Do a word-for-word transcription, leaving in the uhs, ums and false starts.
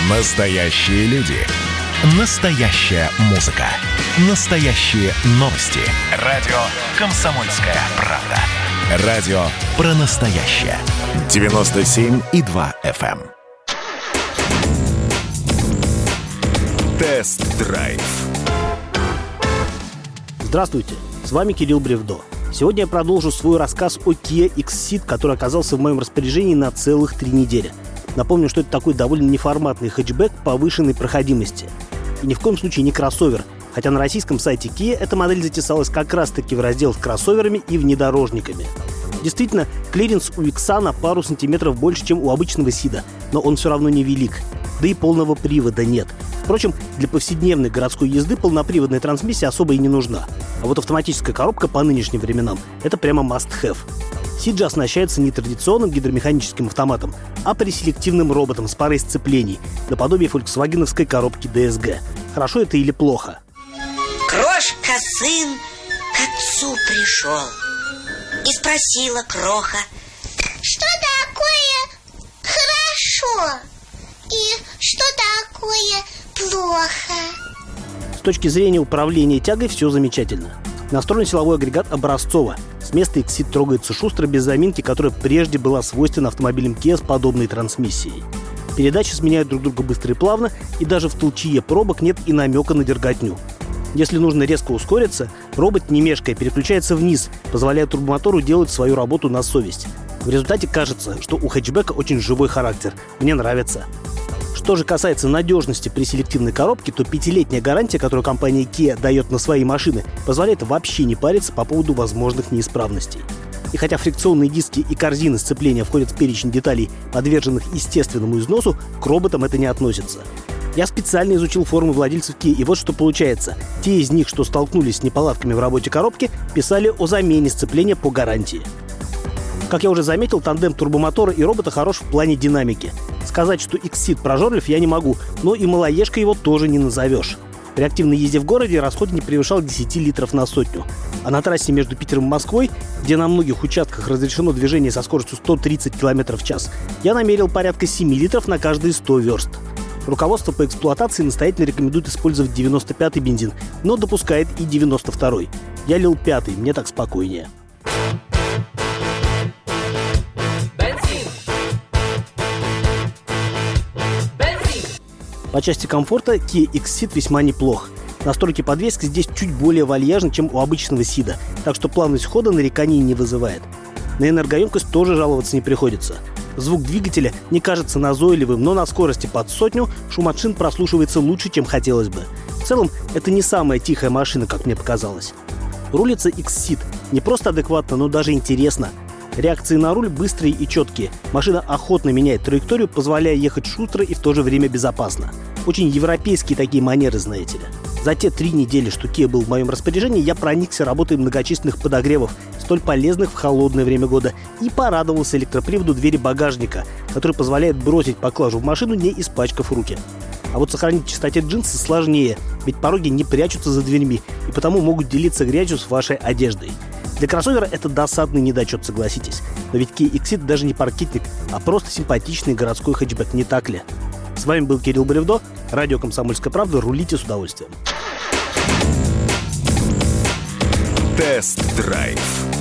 Настоящие люди. Настоящая музыка. Настоящие новости. Радио «Комсомольская правда». Радио про настоящее. девяносто семь и два эф эм. Тест-драйв. Здравствуйте, с вами Кирилл Бревдо. Сегодня я продолжу свой рассказ о Kia Xceed, который оказался в моем распоряжении на целых три недели. Напомню, что это такой довольно неформатный хэтчбэк повышенной проходимости. И ни в коем случае не кроссовер, хотя на российском сайте Kia эта модель затесалась как раз-таки в раздел с кроссоверами и внедорожниками. Действительно, клиренс у Икса на пару сантиметров больше, чем у обычного Сида, но он все равно не велик. Да и полного привода нет. Впрочем, для повседневной городской езды полноприводная трансмиссия особо и не нужна. А вот автоматическая коробка по нынешним временам – это прямо must-have. Сид же оснащается не традиционным гидромеханическим автоматом, а преселективным роботом с парой сцеплений, наподобие фольксвагеновской коробки ди эс джи. Хорошо это или плохо? Крошка, сын, к отцу пришел. И спросила Кроха: что такое хорошо? И что такое плохо? С точки зрения управления тягой все замечательно. Настроен силовой агрегат образцово. С места Xceed трогается шустро, без заминки, которая прежде была свойственна автомобилям Kia с подобной трансмиссией. Передачи сменяют друг друга быстро и плавно, и даже в толчье пробок нет и намека на дерготню. Если нужно резко ускориться, робот, не мешкая, переключается вниз, позволяя турбомотору делать свою работу на совесть. В результате кажется, что у хэтчбека очень живой характер. Мне нравится. Что же касается надежности при селективной коробке, то пятилетняя гарантия, которую компания Kia дает на свои машины, позволяет вообще не париться по поводу возможных неисправностей. И хотя фрикционные диски и корзины сцепления входят в перечень деталей, подверженных естественному износу, к роботам это не относится. Я специально изучил форумы владельцев Kia, и вот что получается. Те из них, что столкнулись с неполадками в работе коробки, писали о замене сцепления по гарантии. Как я уже заметил, тандем турбомотора и робота хорош в плане динамики. Сказать, что Xceed прожорлив, я не могу, но и малоежкой его тоже не назовешь. При активной езде в городе расход не превышал десять литров на сотню. А на трассе между Питером и Москвой, где на многих участках разрешено движение со скоростью сто тридцать километров в час, я намерил порядка семь литров на каждые сто верст. Руководство по эксплуатации настоятельно рекомендует использовать девяносто пятый бензин, но допускает и девяносто второй. Я лил пятый, мне так спокойнее. По части комфорта Kia Xceed весьма неплох. Настройки подвески здесь чуть более вальяжны, чем у обычного Сида, так что плавность хода нареканий не вызывает. На энергоемкость тоже жаловаться не приходится. Звук двигателя не кажется назойливым, но на скорости под сотню шум от шин прослушивается лучше, чем хотелось бы. В целом, это не самая тихая машина, как мне показалось. Рулится Xceed не просто адекватно, но даже интересно. Реакции на руль быстрые и четкие. Машина охотно меняет траекторию, позволяя ехать шустро и в то же время безопасно. Очень европейские такие манеры, знаете ли. За те три недели, что Kia был в моем распоряжении, я проникся работой многочисленных подогревов, столь полезных в холодное время года, и порадовался электроприводу двери багажника, который позволяет бросить поклажу в машину, не испачкав руки. А вот сохранить в чистоте джинсы сложнее, ведь пороги не прячутся за дверьми и потому могут делиться грязью с вашей одеждой. Для кроссовера это досадный недочет, согласитесь. Но ведь Kia Xceed даже не паркетник, а просто симпатичный городской хэтчбэк, не так ли? С вами был Кирилл Бревдо, радио «Комсомольская правда». Рулите с удовольствием. Тест-драйв.